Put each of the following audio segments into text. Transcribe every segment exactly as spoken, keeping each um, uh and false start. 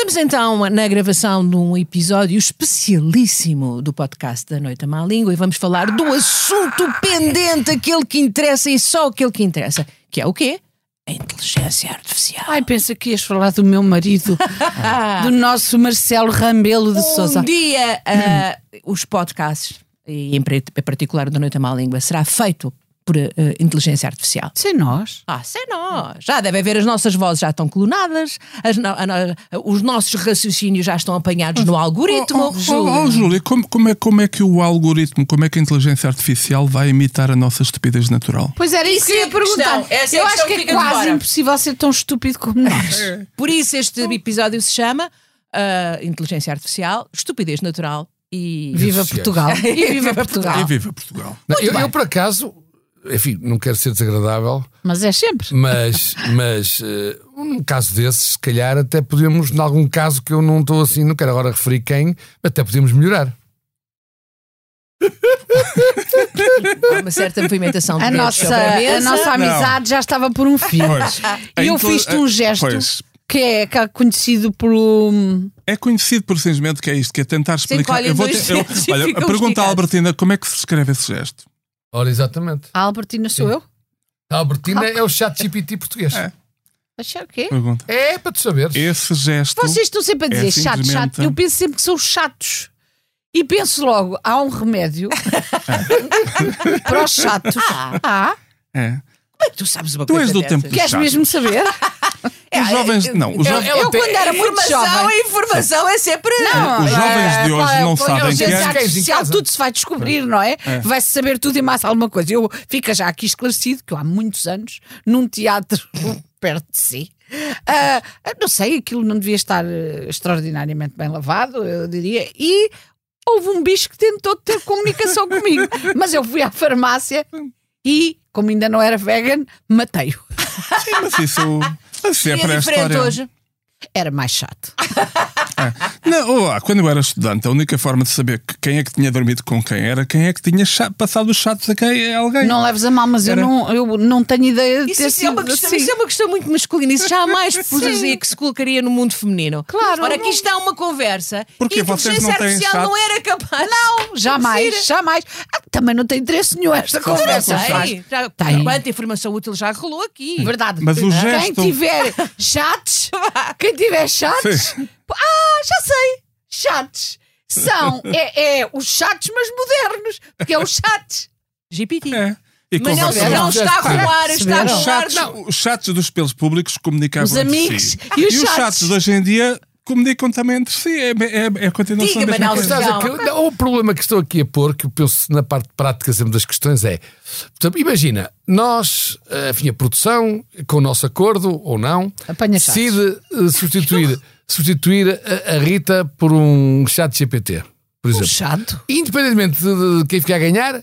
Estamos então na gravação de um episódio especialíssimo do podcast da Noite à Má Língua e vamos falar do assunto pendente, aquele que interessa e só aquele que interessa, que é o quê? A inteligência artificial. Ai, pensa que ias falar do meu marido, do nosso Marcelo Rambelo de um Sousa. Um dia uh, os podcasts, e em particular da Noite à Má Língua, será feito por uh, inteligência artificial. Sem nós. Ah, sem nós. Já deve haver, as nossas vozes já estão clonadas, as no, a, a, os nossos raciocínios já estão apanhados no algoritmo. Oh, oh, oh, oh, Júlia, como, como, é, como é que o algoritmo, como é que a inteligência artificial vai imitar a nossa estupidez natural? Pois era isso que eu ia perguntar. Eu acho que é quase impossível ser tão estúpido como nós. É. Por isso este episódio se chama uh, Inteligência Artificial, Estupidez Natural e... Viva Portugal. E viva Portugal. E viva Portugal. Não, eu, eu, por acaso... Enfim, não quero ser desagradável. Mas é sempre. Mas, mas uh, num caso desses, se calhar até podemos, em algum caso que eu não estou assim, não quero agora referir quem, até podemos melhorar. Há uma certa movimentação de a nossa, a, a nossa amizade não. já estava por um fio. E eu fiz-te um gesto pois. que é, que é conhecido por um... É conhecido por simplesmente que é isto, que é tentar explicar. Eu vou ter, eu, olha, a pergunta à Albertina, como é que se escreve esse gesto? Ora, exatamente. A Albertina sou Sim. eu? A Albertina ah. é o chat G P T português. É. Achar o quê? Pergunta. É, para tu saberes. Esse gesto. Vocês estão sempre a dizer é chato, chato. Eu penso sempre que são chatos. E penso logo, há um remédio para os chatos. Ah. É. Como é que tu sabes uma tu coisa és do dessas? tempo Queres chato. mesmo saber? Os jovens, não, os jovens, eu, eu quando era muito jovem. A informação é sempre. Não, os jovens de hoje é, não sabem que é. Social, tudo se vai descobrir, não é? é? Vai-se saber tudo e mais alguma coisa. Eu fica já aqui esclarecido que eu há muitos anos, num teatro perto de si, uh, não sei, aquilo não devia estar uh, extraordinariamente bem lavado, eu diria, e houve um bicho que tentou ter comunicação comigo, mas eu fui à farmácia e, como ainda não era vegan, matei-o. Sim, mas isso. Assim é para a história. Hoje? Era mais chato. É. Não, oh, quando eu era estudante, a única forma de saber que quem é que tinha dormido com quem era quem é que tinha chato, passado os chatos a quem a alguém. Não leves a mal, mas era... eu, não, eu não tenho ideia de isso, ter isso, sido é uma questão, assim. Isso é uma questão muito masculina. Isso jamais poderia que se colocaria no mundo feminino. Claro. Ora, aqui está uma conversa. Porque e a inteligência artificial não era capaz. Não, jamais, jamais. Ah, também não tem interesse nenhum esta conversa. Tem. Já, tem. Quanta informação útil já rolou aqui. Verdade. Mas o gesto... Quem tiver chats, quem tiver chats, Sim. ah, já sei. Chats são é, é os chats, mas modernos, porque é os chats G P T. É. E mas não, não está a rolar, está a rolar. Chats, os chats dos pelos públicos comunicavam os amigos si. e os e chats. os chats de hoje em dia comunicam também entre si. É, é, é a continuação Diga, da mesma coisa. O problema que estou aqui a pôr, que eu penso na parte prática sempre das questões, é, portanto, imagina, nós, enfim, a produção, com o nosso acordo ou não, Apanha decide uh, substituir, substituir a, a Rita por um chat G P T, por exemplo. Um chato? Independentemente de, de quem fica a ganhar,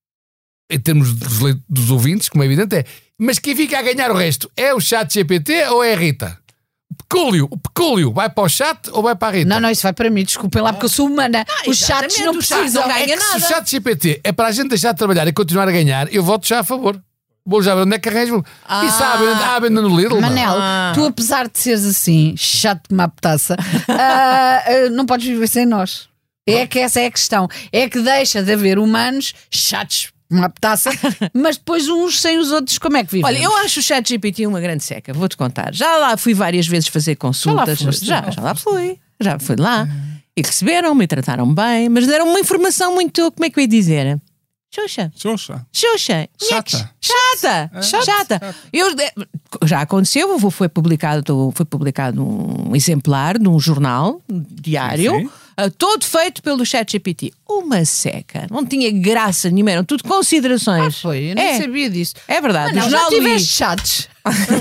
em termos dos, dos ouvintes, como é evidente, é, mas quem fica a ganhar o resto é o chat G P T ou é a Rita? Pecúlio, o pecúlio vai para o chat ou vai para a Rita? Não, não, isso vai para mim, desculpem lá, porque eu sou humana. Ah, os chats não precisam. Não ganha é que nada. Se o chat G P T é para a gente deixar de trabalhar e continuar a ganhar, eu voto já a favor. Vou já ver onde é que arranjo. Ah. E sabe, ah, venda no Lidl. Manel, ah. tu apesar de seres assim, chato de uma petaça, uh, uh, não podes viver sem nós. É que essa é a questão. É que deixa de haver humanos chatos uma petaça, mas depois uns sem os outros, como é que vivem? Olha, eu acho o chat G P T uma grande seca, vou-te contar. Já lá fui várias vezes fazer consultas. Já lá, foste, já, já lá fui. Já fui lá. E receberam-me, e trataram bem, mas deram uma informação muito, como é que eu ia dizer? Xuxa. Xuxa. Xuxa. Chata. Chata. É. Chata. Chata. Eu, já aconteceu, foi publicado, foi publicado um exemplar de um jornal diário. Sim, sim. Uh, todo feito pelo chat G P T. Uma seca. Não tinha graça nenhuma. Eram tudo considerações. Ah, foi. Eu não é. sabia disso. É verdade. Mas não, já tiveste chats.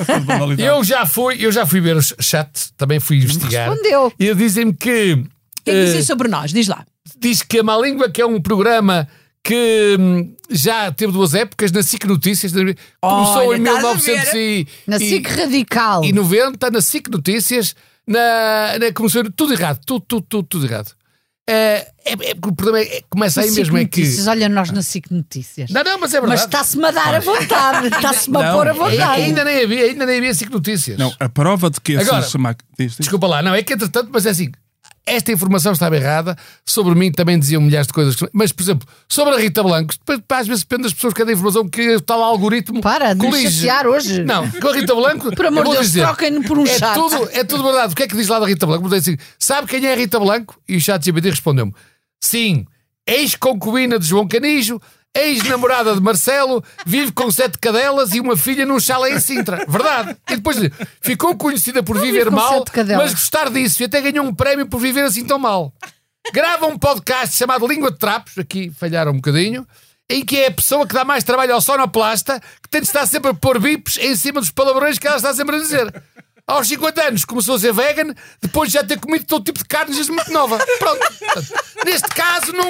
eu, já fui, eu já fui ver o chat. Também fui investigar. Respondeu. E dizem-me que... O que é que dizem uh, sobre nós? Diz lá. Diz que a Má Língua, que é um programa que hum, já teve duas épocas na S I C Notícias. Começou Olha, em mil e novecentos e... Na S I C Radical. E noventa, na S I C Notícias... Na, na, começou tudo errado, tudo, tudo, tudo, tudo errado. É, é, é, o problema é, começa aí mesmo. É que... Notícias, olha, nós na S I C Notícias. Não, não, mas é verdade. Mas está-se-me a dar a vontade. Está-se-me a pôr a vontade. Ainda nem havia, ainda nem havia S I C Notícias. Não, a prova de que esse Agora, chamar... diz, diz. Desculpa lá, não, é que entretanto, mas é assim. Esta informação estava errada. Sobre mim também diziam milhares de coisas. Mas, por exemplo, sobre a Rita Blanco, depois, às vezes depende das pessoas que cada informação que o tal algoritmo. Para de me chatear hoje. Não, com a Rita Blanco. Por amor de Deus, troquem-no por um é chat. Tudo, é tudo verdade. O que é que diz lá da Rita Blanco? Assim, sabe quem é a Rita Blanco? E o chat G P T respondeu-me: sim, ex-concubina de João Canijo, ex-namorada de Marcelo, vive com sete cadelas e uma filha num chalé em Sintra. Verdade. E depois ficou conhecida por viver mal, mas gostar disso e até ganhou um prémio por viver assim tão mal. Grava um podcast chamado Língua de Trapos, aqui falharam um bocadinho, em que é a pessoa que dá mais trabalho ao sonoplasta, que tem de estar sempre a pôr bips em cima dos palavrões que ela está sempre a dizer. Aos cinquenta anos começou a ser vegan, depois de já ter comido todo tipo de carne desde muito nova. Pronto. Neste caso, não...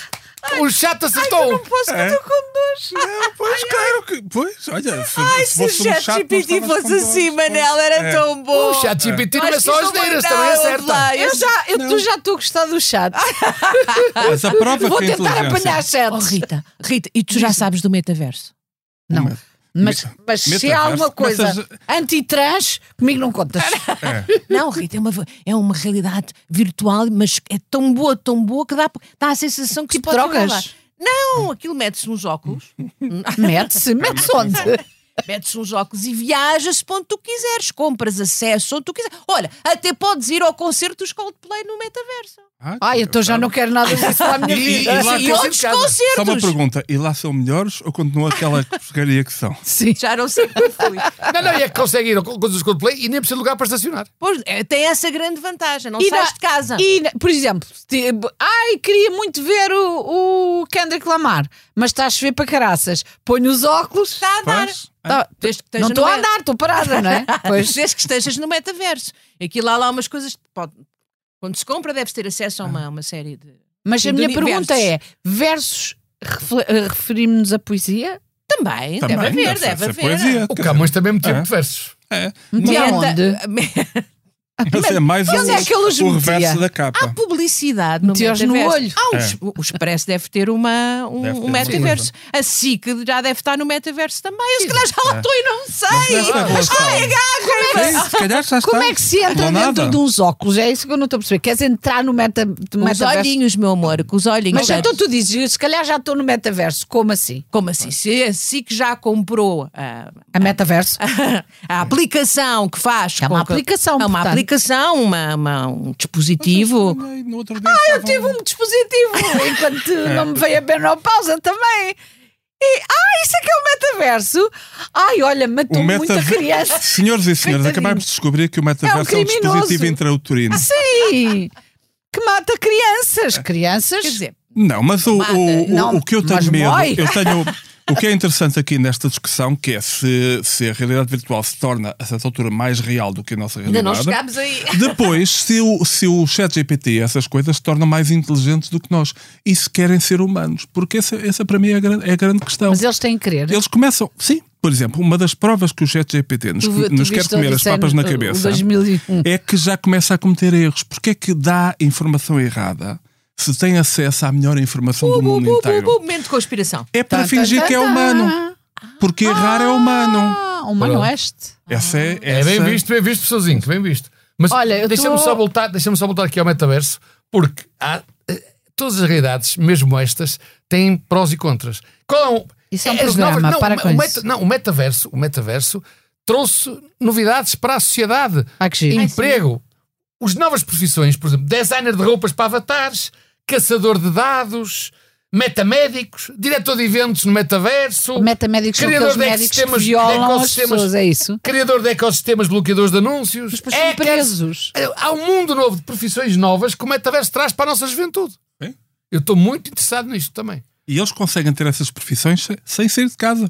O chato acertou. Ai, eu não posso que É. estou com dois. Não, pois, ai, claro que. Pois, olha, se, Ai, se se o fosse um chat chato, G P T nós estávamos fosse com assim, dois, Manela, era é. tão bom. O chat G P T não Acho é que só isto as não neiras, vai também dar, acerta. lá, Eu já, eu tu já estou a gostar do chat. Mas a prova Vou que a tentar inteligência- apanhar chat. Oh, Rita, Rita, e tu já sabes do metaverso? Não. Mas- Mas, mas se há Metaverso, uma coisa começas anti-trans, comigo não contas. Não, Rita, é uma, é uma realidade virtual, mas é tão boa, tão boa que dá, dá a sensação que Tipo se pode drogas? falar. Não, aquilo mete-se nos óculos. Mete-se, mete-se onde? Metes uns óculos e viajas para onde tu quiseres, compras acesso onde tu quiseres. Olha, até podes ir ao concerto dos Coldplay no metaverso. Ah, Ai, então já não quero nada disso para a minha E- vida. e lá E tem outros sempre casa. concertos. Só uma pergunta, e lá são melhores ou continua aquela porcaria que são? Sim. Já não sei como fui. Não, não, e é que consegue ir ao coisas do Coldplay e nem precisa de lugar para estacionar. Pois, é, tem essa grande vantagem, não E sais na- de casa. E, na- por exemplo, te- ai, queria muito ver o, o Kendrick Lamar, mas está a chover para caraças. Ponho os óculos. Está a andar. Pois, Tá, Desde que não esteja estou no a andar, estou parada, não é? Pois. Desde que estejas no metaverso. Aquilo há lá umas coisas. Pode, quando se compra, deve ter acesso a uma, uma série de. Mas de a minha universos. pergunta é: versos, refle- eh, referimos-nos a poesia? Também, Também, deve haver, deve ser- deve ser haver. poesia. O Camões também meteu É. muito versos. É, Metia Meta- onde? mas é mais Onde o, é que ele os o metia? reverso da Há capa. publicidade no Metias no metaverso. olho. Ah, o, É. o Expresso deve ter uma, um, Deve ter um uma metaverso. A S I C já deve estar no metaverso também. Eu se calhar já lá estou e não sei. nessa relação- Ai, agarrem-me. Sim, se calhar já está. Como é que se entra Não dentro nada. de uns óculos? É isso que eu não estou a perceber. Queres entrar no meta, no Com os metaverso? olhinhos, meu amor, com os olhinhos. Mas então tu dizes, se calhar já estou no metaverso. Como assim? Como assim? Se a S I C já comprou a, A metaverso? a aplicação que faz. É uma com que- aplicação, É uma portanto. aplicação, uma, uma- um dispositivo. No outro dia ah, Eu tive um dispositivo enquanto não me veio a menopausa também. E, ah, isso é que é o metaverso? Ai, olha, matou O muita metaverso. criança. Senhoras e senhores, Coitadinho. acabámos de descobrir que o metaverso é um, criminoso. dispositivo intrauterino. Sim, que mata crianças. Crianças. Quer dizer, Não, mas o, Mata. o, o, Não, o que eu tenho mas medo, mói. eu tenho. O que é interessante aqui nesta discussão, que é se, se a realidade virtual se torna, a certa altura, mais real do que a nossa ainda realidade. não chegámos aí. Depois, se o, se o chat G P T, essas coisas, se tornam mais inteligentes do que nós. E se querem ser humanos. Porque essa, essa para mim é a grande, é a grande questão. Mas eles têm que querer. Eles começam, sim, por exemplo, uma das provas que o chat G P T nos, Tu- tu nos quer viste a comer as Odisseia papas na no- cabeça o dois mil e um. é que já começa a cometer erros. Porque é que dá informação errada se tem acesso à melhor informação do mundo inteiro? Momento de conspiração. É para Tan, fingir tan, que é tan, humano. tan. Porque errar é humano. Ah, humano oeste. Essa é, É essa... bem visto, bem visto, pessoalzinho, bem visto. Mas Olha, eu deixa-me tô- só voltar, deixa-me só voltar aqui ao metaverso, porque há, eh, todas as realidades, mesmo estas, têm prós e contras. Qual é um, Isso é um as programa, não, para o, com o isso. meta- não, o metaverso, o metaverso trouxe novidades para a sociedade. Ah, que giro. Emprego. As novas profissões, por exemplo, designer de roupas para avatares, caçador de dados, metamédicos, diretor de eventos no metaverso, Metamédicos são criador aqueles de médicos que ecossistemas- de violam as ecossistemas- pessoas, é isso? criador de ecossistemas bloqueadores de anúncios. Mas depois são hackers. presos. Há um mundo novo de profissões novas que o metaverso traz para a nossa juventude. Sim. Eu estou muito interessado nisto também. E eles conseguem ter essas profissões sem, sem sair de casa.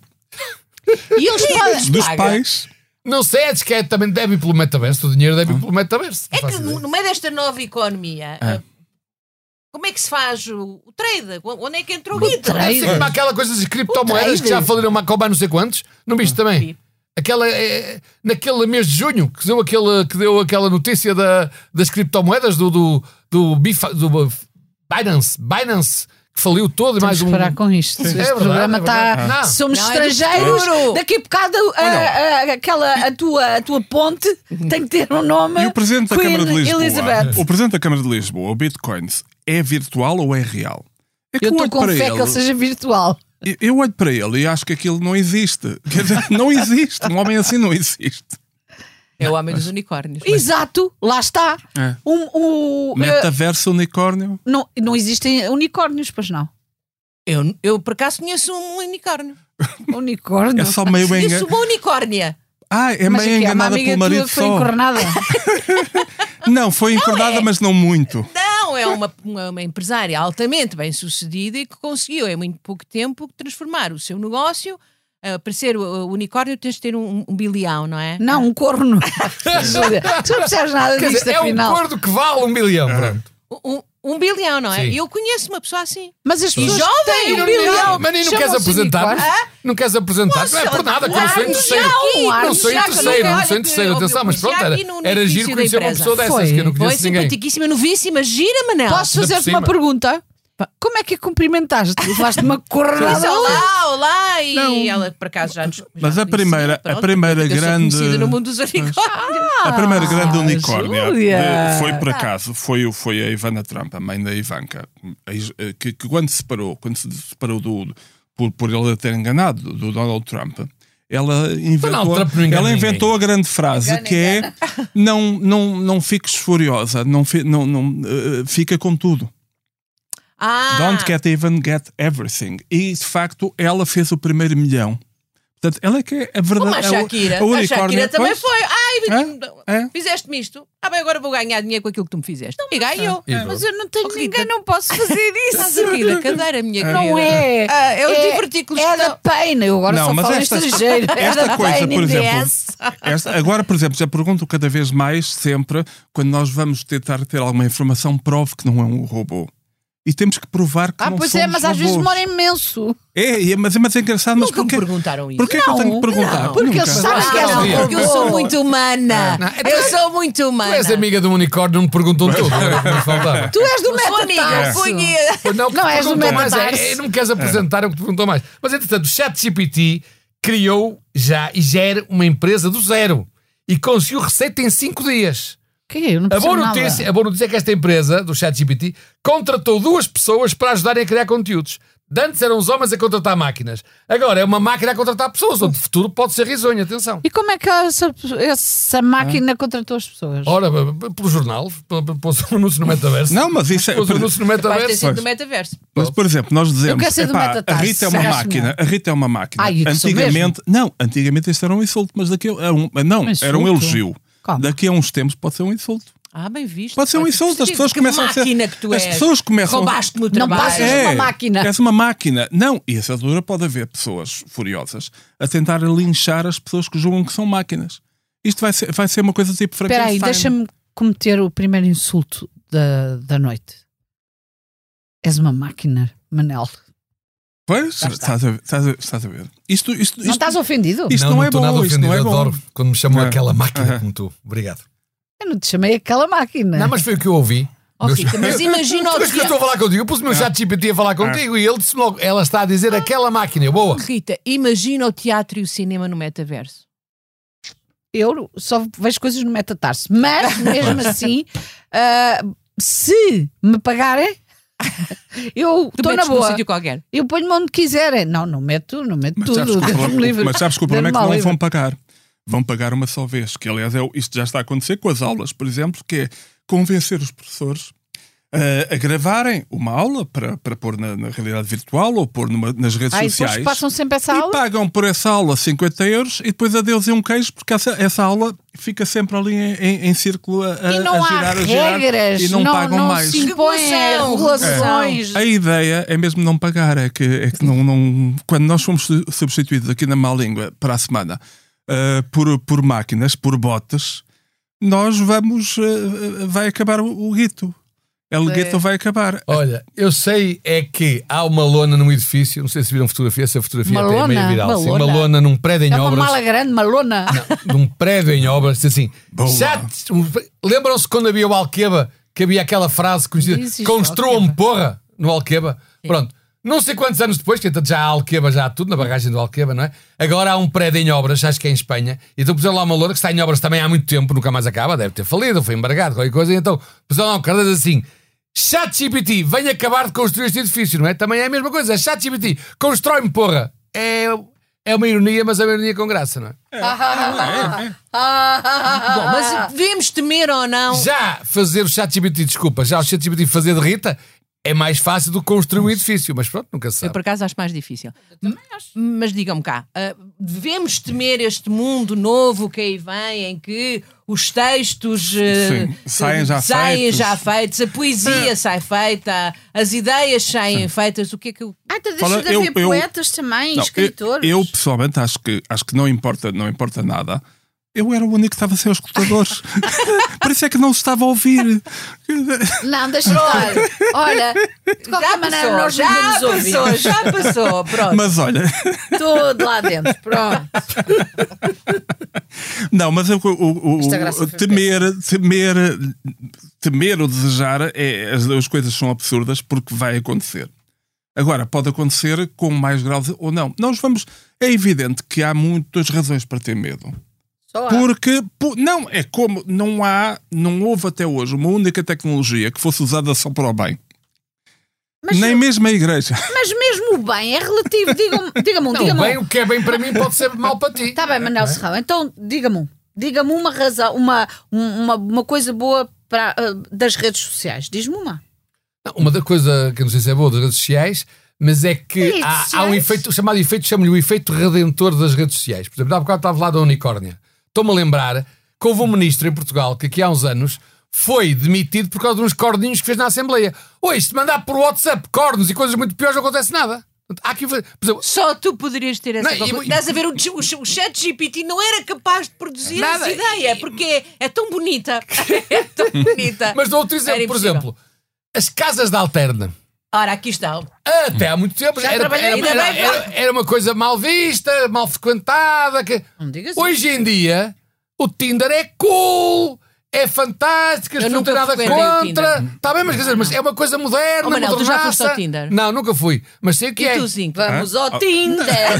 E eles podem. Dos pais. Não sei, é que é, também deve ir pelo metaverso. O dinheiro deve ir pelo metaverso. É Não que faço no, ideia. no meio desta nova economia, eh, como é que se faz o, o trade? Onde é que entra o guito? trade? Assim como aquela coisa das criptomoedas que já faliram uma coba não sei quantos. Não viste também? Vi. Aquela, é, naquele mês de junho que deu, aquele, que deu aquela notícia da, das criptomoedas do, do, do, bifa, do Binance, Binance, que faliu todo e mais Temos um. que parar com isto. Este verdade, programa é verdade. está. Não. Somos Não, é do estrangeiros. futuro. Daqui a bocado a, a- aquela, a, tua, a tua ponte tem que ter um nome. E o Presidente da Queen Câmara de Lisboa, Elizabeth. o Presidente da Câmara de Lisboa, o Bitcoins, é virtual ou é real? É que Eu estou olho com para fé que ele seja virtual. eu- Eu olho para ele e acho que aquilo não existe. Quer dizer, não existe. Um homem assim não existe. É o homem dos unicórnios. Exato, lá está. É. Um, um, eh, Metaverso unicórnio. não, não existem unicórnios, pois não. Eu, eu, por acaso, conheço um unicórnio. Unicórnio. É só meio Conheço enganado. uma unicórnia. Ah, é Mas meio aqui, há uma enganada amiga pelo tua marido que foi só. encornada. Não, foi encornada, é. mas não muito. Não, é uma, uma, uma empresária altamente bem sucedida e que conseguiu, em muito pouco tempo, transformar o seu negócio. Uh, para ser o unicórnio tens de ter um, um bilhão, não é? Não, um corno. Júlia, tu não percebes nada Quer disto, dizer, é um afinal. gordo que vale um milhão. Pronto. Um, um bilhão, não é? Sim. E eu conheço uma pessoa assim. Mas as E pessoas jovem, que têm um um bilhão. bilhão. Mas nem não queres chamam-se apresentar? unicórnio. Não queres apresentar? Não é por nada, que eu não sou em terceiro. Não sou em terceiro, não sou em terceiro. Atenção, mas pronto, era, era giro conhecer uma pessoa dessas Foi. que eu não Foi conheço ninguém. simpaticíssima, novíssima, gira, Manel. Posso Ainda por fazer-te uma cima. pergunta? Como é que a cumprimentaste? Levaste uma Mas cornada. olá, olá, e Não. ela por acaso já nos já Mas a conhecia, primeira- a pronto, primeira eu sou grande- conhecida no mundo dos unicórnios. A primeira grande Ah, unicórnia Júlia. de- foi, por acaso, foi, o- foi a Ivana Trump, a mãe da Ivanka, a ex- que, que quando se separou, quando se separou do, por, por ele ter enganado do Donald Trump, ela inventou, Trump não engana ela ninguém. inventou a grande frase Engana, que é não, não, não fiques furiosa, não, fi- não, não, eh, fica com tudo. Ah, Don't get even, get everything. E de facto ela fez o primeiro milhão. Portanto, ela é que é a como verdade. a Shakira. a, A unicórnia, Shakira também pois, foi. Ai, É, é. fizeste-me isto. Ah, bem, agora vou ganhar dinheiro com aquilo que tu me fizeste. E ganhou. É. Mas eu não tenho Oh, ninguém, Rita. não posso fazer Estás a rir da cadeira, minha querida. Não é. Ah, eu é, divertículos é que da não- pena. Eu agora Não, só mas falo esta- em estrangeiro. É esta da coisa, pena, por exemplo, yes. Esta- agora, por exemplo, já pergunto cada vez mais, sempre, quando nós vamos tentar ter alguma informação, prove que não é um robô. E temos que provar que Ah, não pois somos é, mas às vezes robôs. demora imenso. É, é, mas, mas é engraçado. Mas Nunca me porquê, perguntaram isso. porquê que eu tenho que Não, perguntar? não, porque Nunca. eles sabem que és Ah, um não, Porque eu sou robô. muito humana. Não, Eu sou muito Tu humana. és amiga do unicórnio, não me perguntam tudo. Era o que me faltava. Tu és do Eu sou amiga, metatarso. conheço. Pois Não, Não és do perguntou mais, metaverso. é, é, não me queres apresentar, é o que te perguntou mais. Mas entretanto, o ChatGPT criou já e gera uma empresa do zero e conseguiu receita em cinco dias. Que é? Eu não A percebo boa, nada. notícia, a boa notícia é que esta empresa do ChatGPT contratou duas pessoas para ajudarem a criar conteúdos. De antes eram os homens a contratar máquinas. Agora é uma máquina a contratar pessoas, onde de futuro pode ser risonho, atenção. E como é que essa, essa máquina contratou as pessoas? Ora, pelo jornal, pôs um anúncio no metaverso. Não, mas isso é. Pôs um anúncio no Vais ter metaverso. sido no metaverso. Mas, por exemplo, nós dizemos quero ser do epá, a metatarso, Rita é uma acho máquina. melhor. A Rita é uma máquina. Ai, eu sou antigamente, não, antigamente isto era um insulto, mas daqui a um, não, Um era um insulto? elogio. Como? Daqui a uns tempos pode ser um insulto. Ah, bem visto. Pode ser um Olha, insulto, as percebi pessoas que começam a ser- máquina que tu as és. pessoas começam- Roubaste-me o Não trabalho. passas uma máquina. És uma máquina. Não, e essa altura pode haver pessoas furiosas a tentar linchar as pessoas que julgam que são máquinas. Isto vai ser, vai ser uma coisa tipo Espera aí, Frankenstein. deixa-me cometer o primeiro insulto da, da noite. És uma máquina, Manel. Pois, está. estás a, ver- estás, a, estás a ver. Isto, isto, Não isto, estás ofendido? isto não, é estou bom. nada Isto ofendido, não é bom. adoro quando me chamam É. aquela máquina É. como tu. Obrigado. Eu não te chamei aquela máquina. Não, mas foi o que eu ouvi. Oh, Rita, mas imagina o Mas que eu estou a falar contigo, eu pus o meu chat G P T a falar contigo e ele disse logo, ela está a dizer aquela máquina, boa. Rita, imagina o teatro e o cinema no metaverso. Eu só vejo coisas no metatarso. Mas, mesmo assim, ah, se me pagarem, eu Tu estou na metes num boa. sítio qualquer. Eu ponho-me onde quiserem. Não, não meto, não meto Mas tudo. sabes, que o Deus me problema, livre. mas sabes que o problema é que Deus-me não livre. vão pagar. Vão pagar uma só vez. Que aliás, é, o- isto já está a acontecer com as aulas, por exemplo, que é convencer os professores ah, a gravarem uma aula para, para pôr na, na realidade virtual ou pôr numa- nas redes Ah, e depois sociais. passam sempre essa E aula? pagam por essa aula cinquenta euros e depois adeus e um queijo, porque essa, essa aula fica sempre ali em, em- em círculo a, a, E não a há girar, a girar regras, e não, não, pagam não mais. se impõem Regulação, regulações. A ideia é mesmo não pagar, é que, é que não, não- quando nós fomos su- substituídos aqui na má língua para a semana ah, por, por máquinas, por bots, nós vamos, ah, vai acabar o, o guito. El É. guito vai acabar. Olha, eu sei é que há uma lona num edifício, não sei se viram fotografia, essa fotografia Uma até é meio lona? viral. Uma Sim, uma lona? lona num prédio em É uma obras. mala grande, uma lona. De um prédio em obras, diz assim. Boa. Chat, lembram-se quando havia o Alqueva que havia aquela frase conhecida, construam-me porra, no Alqueva. Sim. Pronto. Não sei quantos anos depois, que já há Alqueva, já há tudo na barragem do Alqueva, não é? Agora há um prédio em obras, acho que é em Espanha, e então puseram lá uma loura que está em obras também há muito tempo, nunca mais acaba, deve ter falido, foi embargado, qualquer coisa, e então puseram lá um cartaz assim: ChatGPT, vem acabar de construir este edifício, não é? Também é a mesma coisa, ChatGPT, constrói-me, porra. É, é uma ironia, mas é uma ironia com graça, não é? É. é, é. Bom, mas devemos temer ou não? Já fazer o ChatGPT, desculpa, já o ChatGPT fazer de Rita é mais fácil do que construir um edifício, mas pronto, nunca se sabe. Eu por acaso acho mais difícil. Eu também acho. Mas digam-me cá, uh, devemos temer este mundo novo que aí vem, em que os textos uh, Sim, saem, já, saem feitos. já feitos, a poesia é. sai feita, as ideias saem Sim. feitas, o que é que eu... Ah, então deixa de haver eu, poetas eu, também, não, escritores. Eu, eu pessoalmente acho que, acho que não, importa, não importa nada. Eu era o único que estava a ser os escutadores. Por isso é que não se estava a ouvir. Não, deixa estar. Olha, de qualquer já maneira passou, nós já nos passou, já passou, pronto. Mas olha... Tudo lá dentro, pronto. Não, mas o, o, o temer, temer, temer ou desejar, é, as duas coisas são absurdas porque vai acontecer. Agora, pode acontecer com mais grau de, ou não. Nós vamos... É evidente que há muitas razões para ter medo. Porque, não, é como não há, não houve até hoje uma única tecnologia que fosse usada só para o bem. Mas nem eu, mesmo a igreja. Mas mesmo o bem é relativo. Diga-me, diga-me um, não, diga-me bem, o que é bem para mim pode ser mal para ti. Está bem, Manel Serrão. Então, diga-me um. Diga-me uma razão, uma, uma, uma coisa boa para, uh, das redes sociais. Diz-me uma. Não, uma da coisa que eu não sei se é boa das redes sociais, mas é que há, há um efeito, chamado efeito, chamo-lhe o efeito redentor das redes sociais. Por exemplo, há bocado estava lá da unicórnia. Estou-me a lembrar que houve um ministro em Portugal que aqui há uns anos foi demitido por causa de uns corninhos que fez na Assembleia. Oi, se mandar por WhatsApp cornos e coisas muito piores não acontece nada. Há aqui, por exemplo, só tu poderias ter essa não, e, Estás a ver, o, o, o ChatGPT não era capaz de produzir nada, essa ideia, e, porque é, é tão bonita. É tão bonita. Mas dou outro exemplo, por exemplo, as casas da Alterna. Ora, aqui está. Até há muito tempo. Era, era, era, era, era uma coisa mal vista, mal frequentada. Que... Hoje em dia, o Tinder é cool, é fantástico, as pessoas não têm nada contra. Está bem, mas, quer dizer, mas é uma coisa moderna. Oh, Manel, tu já foste ao Tinder? Não, nunca fui. Mas sei o que e é. Tu, sim. Vamos ao Tinder,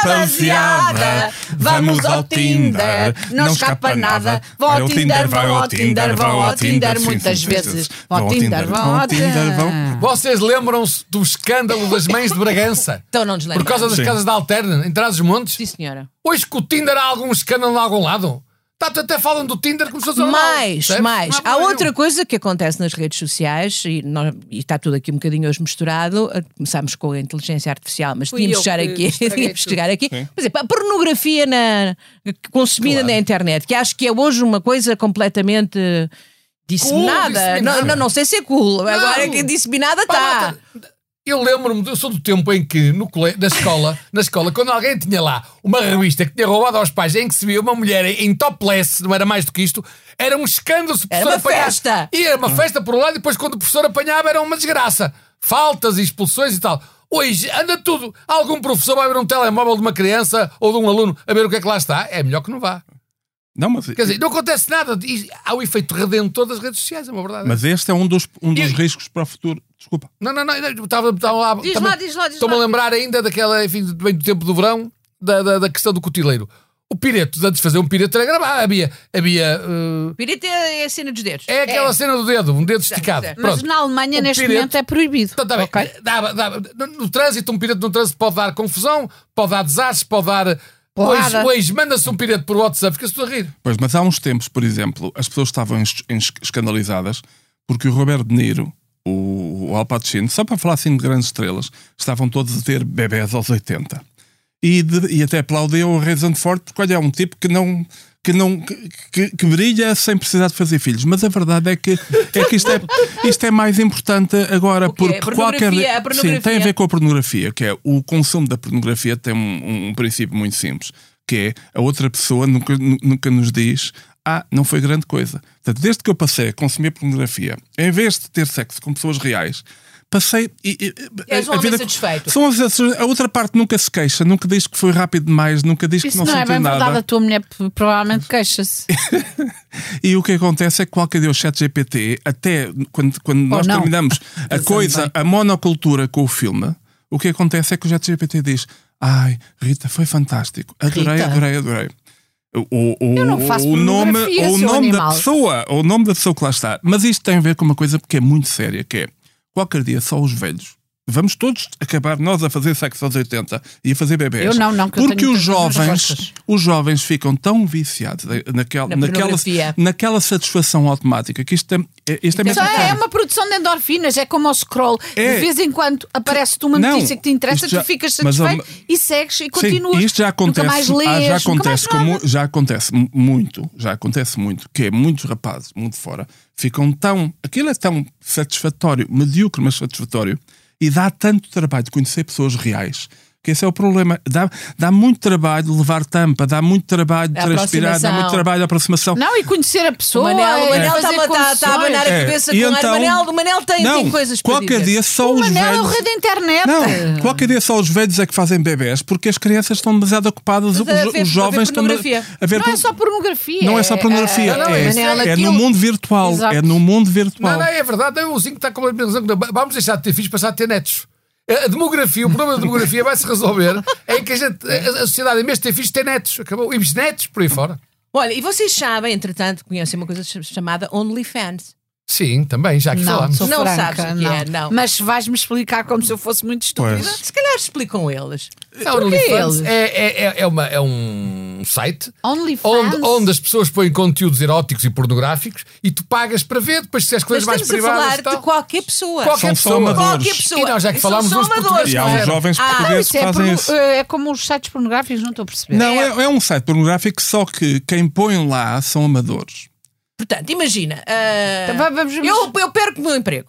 rapaziada. Vamos ao Tinder, não escapa nada. Vão ao Tinder, vão ao Tinder, vão ao Tinder muitas vezes. Vão ao Tinder, vão ao Tinder. Vocês lembram-se do escândalo das mães de Bragança? Então não nos lembramos. Por causa das casas da Alterna, em Trás-os-Montes? Sim, senhora. Hoje que o Tinder há algum escândalo de algum lado? Até falam do Tinder como se fosse mais, mal, mais. Há outra nenhum. coisa que acontece nas redes sociais e, nós, e está tudo aqui um bocadinho hoje misturado. Começámos com a inteligência artificial, mas tínhamos de chegar aqui, tínhamos de chegar aqui. Por exemplo, a pornografia na, consumida claro. na internet, que acho que é hoje uma coisa completamente disseminada. Cool, disseminada. Não, não, não sei se é cool. Não. Agora que disseminada está. Eu lembro-me, eu sou do tempo em que no cole... na escola, na escola, quando alguém tinha lá uma revista que tinha roubado aos pais, em que se via uma mulher em topless, não era mais do que isto, era um escândalo se o professor apanhava. Era uma festa. E era uma festa por um lado, e depois quando o professor apanhava era uma desgraça. Faltas e expulsões e tal. Hoje anda tudo. Algum professor vai ver um telemóvel de uma criança ou de um aluno a ver o que é que lá está. É melhor que não vá. Não, mas... Quer dizer, não acontece nada. Há o efeito redentor das redes sociais, é uma verdade. Mas este é um dos, um dos e... riscos para o futuro. Desculpa. Não, não, não. Estava, estava lá. Diz lá, diz lá, diz Estou-me a lembrar ainda daquela, enfim, bem do tempo do verão, da, da, da questão do cotileiro. O pireto, antes de fazer um pireto era gravar. Havia. havia uh... Pireto é a cena dos dedos. É aquela é. cena do dedo, um dedo esticado. Certo, certo. Mas na Alemanha, o neste pireto, momento, é proibido. Então, tá bem, okay. dá, dá, no, no trânsito, um pireto no trânsito pode dar confusão, pode dar desastres, pode dar. Hoje, hoje manda-se um pireto por WhatsApp, fica-se tudo a rir. Pois, mas há uns tempos, por exemplo, as pessoas estavam escandalizadas porque o Robert De Niro, o, o Al Pacino, só para falar assim de grandes estrelas, estavam todos a ter bebés aos oitenta. E, de, e até aplaudiu o Harrison Ford porque, olha, é um tipo que não... Que, não, que, que brilha sem precisar de fazer filhos. Mas a verdade é que, é que isto, é, isto é mais importante agora porque qualquer. Sim, tem a ver com a pornografia, que é o consumo da pornografia tem um, um princípio muito simples, que é a outra pessoa nunca, nunca nos diz Ah, não foi grande coisa. Portanto, desde que eu passei a consumir pornografia, em vez de ter sexo com pessoas reais, passei... E, e, És um a homem vida, satisfeito. são as, a outra parte nunca se queixa, nunca diz que foi rápido demais, nunca diz Isso que não, não é sentiu bem nada. verdade, a tua mulher provavelmente queixa-se. E o que acontece é que qualquer dia o chat G P T, até quando, quando nós não. terminamos a coisa, bem. a monocultura com o filme, o que acontece é que o chat G P T diz: ai, Rita, foi fantástico, adorei, Rita? adorei, adorei. O, o, Eu não faço o nome, pornografia, o seu nome da animal. pessoa, o nome da pessoa que lá está. Mas isto tem a ver com uma coisa que é muito séria, que é qualquer dia só os velhos. Vamos todos acabar nós a fazer sexo aos oitenta e a fazer bebés. Eu não, não, que eu Porque tenho os tantas jovens, costas. os jovens ficam tão viciados naquela, Na naquela, pornografia. naquela satisfação automática que isto é, é- isto é mesmo Só é sério. uma produção de endorfinas, é como ao scroll. É. De vez em quando aparece-te uma Não, notícia que te interessa, isto já- tu ficas mas, satisfeito ó, e segues e continuas. Sim, isto já acontece, Nunca mais lês, ah, já nunca mais acontece, com nada. mu- já acontece mu- muito, já acontece muito, que é muitos rapazes, muito fora, ficam tão, aquilo é tão satisfatório, medíocre, mas satisfatório, e dá tanto trabalho de conhecer pessoas reais, que esse é o problema. Dá, dá muito trabalho de levar tampa, dá muito trabalho de A transpirar, dá aproximação. muito trabalho de aproximação. Não, e conhecer a O pessoa. Manel, o Manel é está fazer a, tá, tá a abanar a É, cabeça e com o ar. então- O Manel, o Manel tem, Não, tem coisas para qualquer dizer. dia só O os Manel é o velhos... rei da internet. Não, qualquer dia só os velhos é que fazem bebés, porque as crianças estão demasiado ocupadas, os, a ver- os a ver jovens estão pornografia. a ver... Não é só pornografia. Não é só pornografia, é- não, é, isso é, é no aquilo- mundo virtual. Exato. É no mundo virtual. Não, não, é verdade. É o Zinho que está completamente razão. Vamos deixar de ter filhos, passar a ter netos. A demografia, o problema da demografia vai se resolver em que a, gente, a, a sociedade, em vez de ter filhos, tem netos. Acabou. E os netos por aí fora. Olha, e vocês sabem, entretanto, conhecem uma coisa ch- chamada OnlyFans. Sim, também, já que Não, falámos. sou Não franca, sabes o que não. é, não. Mas vais-me explicar como se eu fosse muito estúpida. Pois. Se calhar explicam eles. A OnlyFans eles? é, é, é, é, uma, é um site OnlyFans. onde, onde as pessoas põem conteúdos eróticos e pornográficos e tu pagas para ver, depois se as Mas coisas mais estamos a privadas falar e tal. de qualquer pessoa. Qualquer São só pessoa. amadores. Qualquer pessoa. E nós já que São falámos só dos amadores, portugueses, E há não é? uns jovens Ah, portugueses Isso que é, fazem porno- isso. é como os sites pornográficos, não estou a perceber. Não, é, é um site pornográfico, só que quem põe lá são amadores. Portanto, imagina. ah, Então, vamos- vamos- eu, eu perco o meu emprego.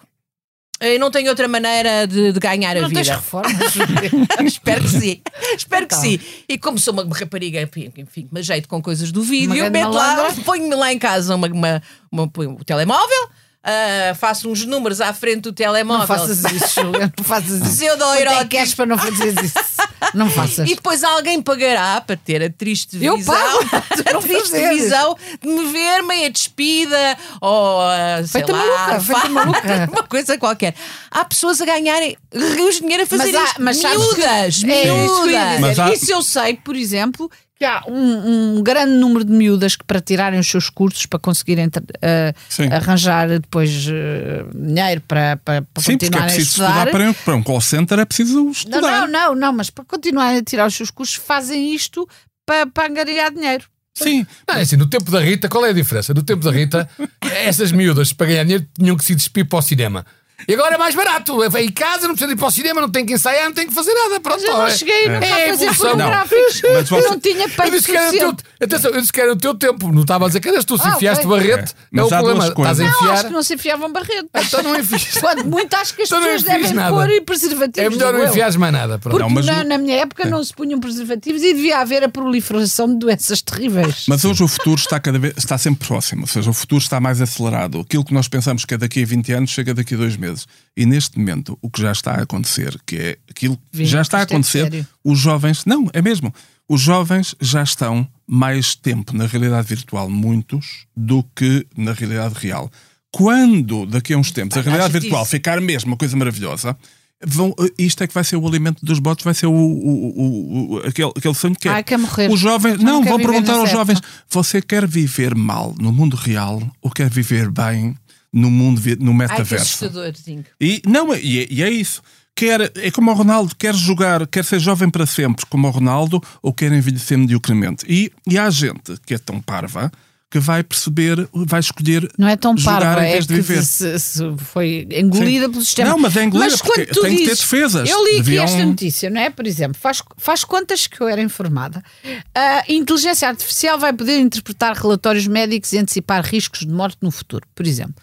Eu não tenho outra maneira de, de ganhar a Não tens vida. reformas. Espero que sim. Espero que Então. sim. E como sou uma rapariga, enfim, enfim, me ajeito com coisas do vídeo, Uma eu grande meto lá, malandra. ponho-me lá em casa uma, uma, uma, ponho o telemóvel, ah, faço uns números à frente do telemóvel. Não faças isso, Julia, não faças isso. Pseudo-erótico. Quanto é que queres para não fazer isso? Não faças. E depois alguém pagará para ter a triste Eu visão, pago para tu a não triste fazeres. visão de me ver meia despida ou ah, sei Feita lá, maluca, feita fa- maluca. uma coisa qualquer. Há pessoas a ganharem rios de dinheiro a fazer Mas há- isto. mas sabes miúdas, que- é isso que eu ia miúdas. dizer. Mas há- Isso eu sei, por exemplo, que há um, um grande número de miúdas que para tirarem os seus cursos, para conseguirem uh, Sim. arranjar depois uh, dinheiro para, para, para Sim, porque é continuarem a preciso estudar. estudar para um, para um call center, é preciso Não, estudar. não, não, não, mas para continuarem a tirar os seus cursos, fazem isto para, para angariar dinheiro. Sim, Não, é assim, no tempo da Rita, qual é a diferença? No tempo da Rita, essas miúdas para ganhar dinheiro tinham que se despir para o cinema. E agora é mais barato. Vem em casa, não precisa de ir para o cinema, não tem que ensaiar, não tem que fazer nada. Pronto, Mas eu não é. cheguei nunca É a fazer evolução. pornográficos. Não, mas você- Eu não tinha Eu peito disse, que era no suficiente. teu, atenção, eu disse que era no teu tempo, não estava a dizer que eras tu, se Ah, enfiaste ok. barrete, É, é, o mas há problema. duas Estás a coisas. Não, acho enfiar. que não se enfiavam barreto. Então não enfias. Quando muito acho que as Então não pessoas enfies devem nada. pôr preservativos. É melhor não digo eu. enfiares mais nada. Pronto. Porque Não, mas na, o- na minha época não se punham preservativos e devia haver a proliferação de doenças terríveis. mas hoje o futuro está, cada vez, está sempre próximo, ou seja, o futuro está mais acelerado. Aquilo que nós pensamos que é daqui a vinte anos chega daqui a dois meses. E neste momento, o que já está a acontecer, que é aquilo que Vim, já está a isto é acontecer, sério. os jovens, não, é mesmo, os jovens já estão mais tempo na realidade virtual, muitos, do que na realidade real. Quando, daqui a uns tempos, a realidade acho virtual isso. ficar mesmo uma coisa maravilhosa, vão, isto é que vai ser o alimento dos bots, vai ser o, o, o, o- aquele, aquele sonho que é. Ai, quer morrer. Os jovens, Já não não, quero vão viver perguntar aos nessa jovens: época. você quer viver mal no mundo real ou quer viver bem no mundo, vi- no Ai, que metaverso? assustadorzinho. E, não, e, é- e é isso. Quer, é como o Ronaldo, quer jogar, quer ser jovem para sempre como o Ronaldo ou quer envelhecer mediocremente. E, e há gente que é tão parva que vai perceber, vai escolher Não é tão jogar parva, em é vez de que viver. se, se foi engolida Sim. pelo sistema. Não, mas é engolida porque quando tu tem que ter dizes- defesas. Eu li aqui Deviam- esta notícia, não é? Por exemplo, faz, faz contas que eu era informada. A inteligência artificial vai poder interpretar relatórios médicos e antecipar riscos de morte no futuro. Por exemplo.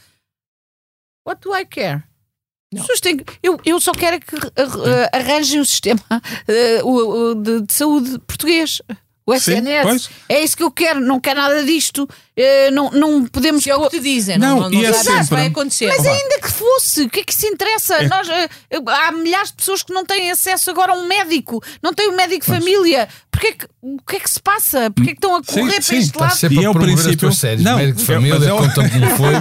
What do I care? As pessoas têm que- eu, eu só quero é que uh, uh, arranjem o sistema uh, o- o de, de saúde português. O S N S. Sim, é isso que eu quero, não quero nada disto. Uh, não, não podemos. É o que te dizem, não, não, não, e é não sabes se sempre- vai acontecer. Mas ainda que fosse, o que é que se interessa? É- Nós, uh, há milhares de pessoas que não têm acesso agora a um médico, não têm um médico de família. Porquê é que, o que é que se passa? Porquê é que estão a Sim, correr sim, para este está lado? Sempre E é a o promover as princípio- tuas séries. Não, Médico de é- família, mas é o- conta-me como foi.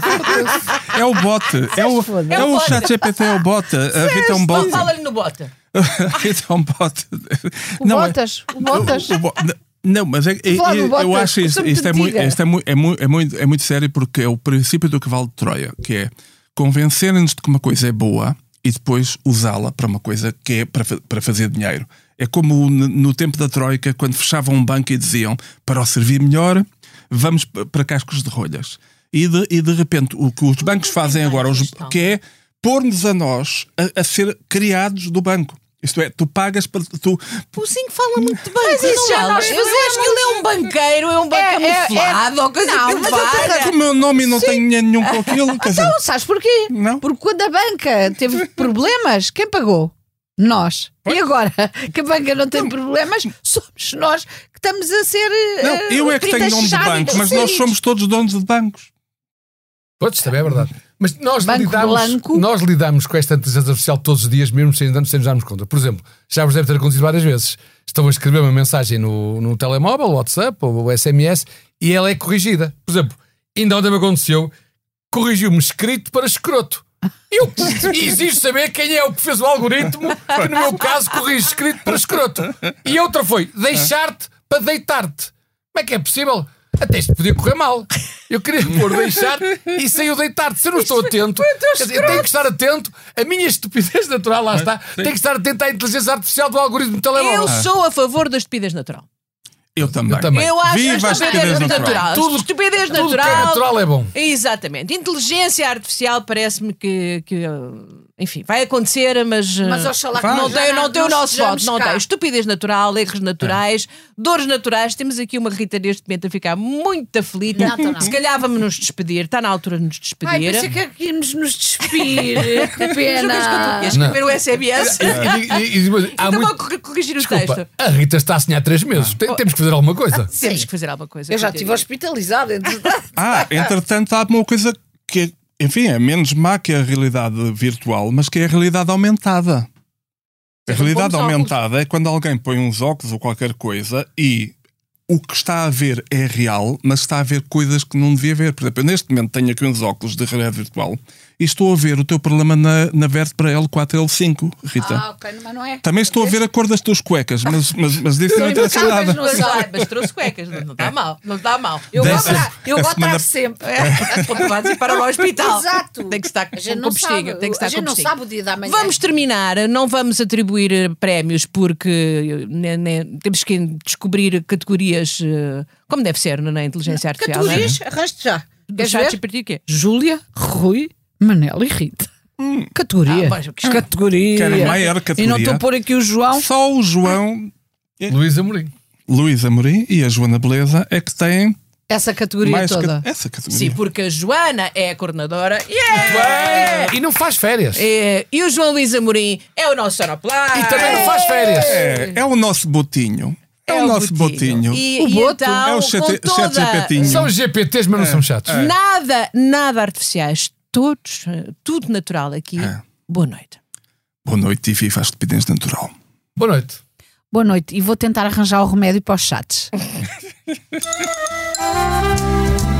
É o bot. É o, foda. é É o o bot. chat G P T, é o bot. A Rita é um bot. Fala-lhe no bota. A Rita é um bot. O Botas, o Botas. O- o bo- Não, mas é, é- Falar do eu Bottas, acho isto, sou-me isto, é, muito muito, diga. isto é, muito, é, muito, é, muito, é muito sério porque é o princípio do cavalo de Troia, que é convencerem-nos de que uma coisa é boa e depois usá-la para uma coisa que é para, fa- para fazer dinheiro. É como no, no tempo da Troika, quando fechavam um banco e diziam para o servir melhor, vamos p- para cascos de rolhas. E de, e de repente o que os bancos fazem agora, os, que é pôr-nos a nós a, a ser criados do banco. Isto é, tu pagas para. Tu, O Zinco fala muito bem. Mas isso já não, nós eu acho fazemos. que ele é um banqueiro, é um banco É, é, é. camuflado, ou coisa Não, que mas eu valha. com o meu nome e não tenho dinheiro nenhum com aquilo. Quer dizer, Então, sabes porquê? Não. Porque quando a banca teve problemas, quem pagou? Nós. E agora que a banca não tem problemas, somos nós que estamos a ser. não, eh, eu é que tenho nome de trintachados banco, mas e nós somos todos donos de bancos. Pois, também é verdade. Mas nós Banco lidamos, Blanco. nós lidamos com esta inteligência artificial todos os dias, mesmo sem, sem nos darmos conta. Por exemplo, já vos deve ter acontecido várias vezes. Estão a escrever uma mensagem no, no telemóvel, WhatsApp ou S M S, e ela é corrigida. Por exemplo, ainda ontem me aconteceu, corrigiu-me escrito para escroto. Eu exijo saber quem é o que fez o algoritmo, que no meu caso corrige escrito para escroto. E outra foi, deixar-te para deitar-te. Como é que é possível? Até isto podia correr mal. Eu queria pôr deixar e saiu deitar-te. Se eu não estou atento, quer dizer, eu tenho que estar atento. A minha estupidez natural, lá está. Tenho que estar atento à inteligência artificial do algoritmo do telemóvel. Eu sou a favor da estupidez natural. Eu também. Eu também. Eu acho Viva que a a estupidez estupidez natural. natural. Tudo- estupidez Tudo natural. que é natural é bom. Exatamente. Inteligência artificial parece-me que, que, enfim, vai acontecer, mas, Mas eh, oxalá que não já tem, não não tem o nosso estejamos voto. Não cá. tem. Estupidez natural, erros naturais, dores naturais. Temos aqui uma Rita neste momento a ficar muito aflita. Não, tô não. Se calhar vamos nos despedir. Está na altura de nos despedir. Ai, pensei que aqui íamos nos despir. Que pena. Queres escrever o S M S? E- e- e- e- e- há Então muito- vou cor- corrigir o Desculpa, texto. a Rita está assim há três meses. Tem- temos que fazer alguma coisa. Temos que fazer alguma coisa. Eu já Rita. estive hospitalizada. entretanto. Ah, entretanto, há uma coisa que, enfim, é menos má que a realidade virtual, mas que é a realidade aumentada. A Sejam realidade bons óculos. aumentada é quando alguém põe uns óculos ou qualquer coisa e o que está a ver é real, mas está a ver coisas que não devia ver. Por exemplo, eu neste momento tenho aqui uns óculos de realidade virtual e estou a ver o teu problema na, na vértebra L quatro L cinco, Rita. Ah, ok, mas não é. Também estou a ver a cor das tuas cuecas, mas, mas, mas disso não interessa Talvez nada. não Mas, sei. vai, mas trouxe cuecas, não está mal, não está mal. Eu vou Dessa- atrás, eu a vou semana- atrás sempre. É, vai para o hospital. Exato. Tem que estar A gente com não postinho. sabe. Tem que estar A gente com não postinho. sabe o dia da manhã. Vamos terminar, não vamos atribuir eh, prémios porque né, né, temos que descobrir categorias eh, como deve ser na inteligência artificial. Categorias, arraste já. Do Queres chat ver? G P T o quê? Júlia, Rui, Manel e Rita. Categoria. Ah, mas que- categoria. Quero maior E categoria. não estou a pôr aqui o João. Só o João, Luís Amorim. Luís Amorim e a Joana Beleza é que têm Essa categoria mais toda. ca- essa categoria. Sim, porque a Joana é a coordenadora yeah! E não faz férias. É, e o João Luís Amorim é o nosso sonoplasta. E também não faz férias. É, é o nosso botinho. É, o nosso botinho. E, O e boto então, É o com chat, toda... chat GPTinho. São G P Ts, mas não são chatos. Nada, nada artificiais. Todos, eh, tudo natural aqui. É. Boa noite. Boa noite e viva a estupidez natural. Boa noite. Boa noite. E vou tentar arranjar o remédio para os chats.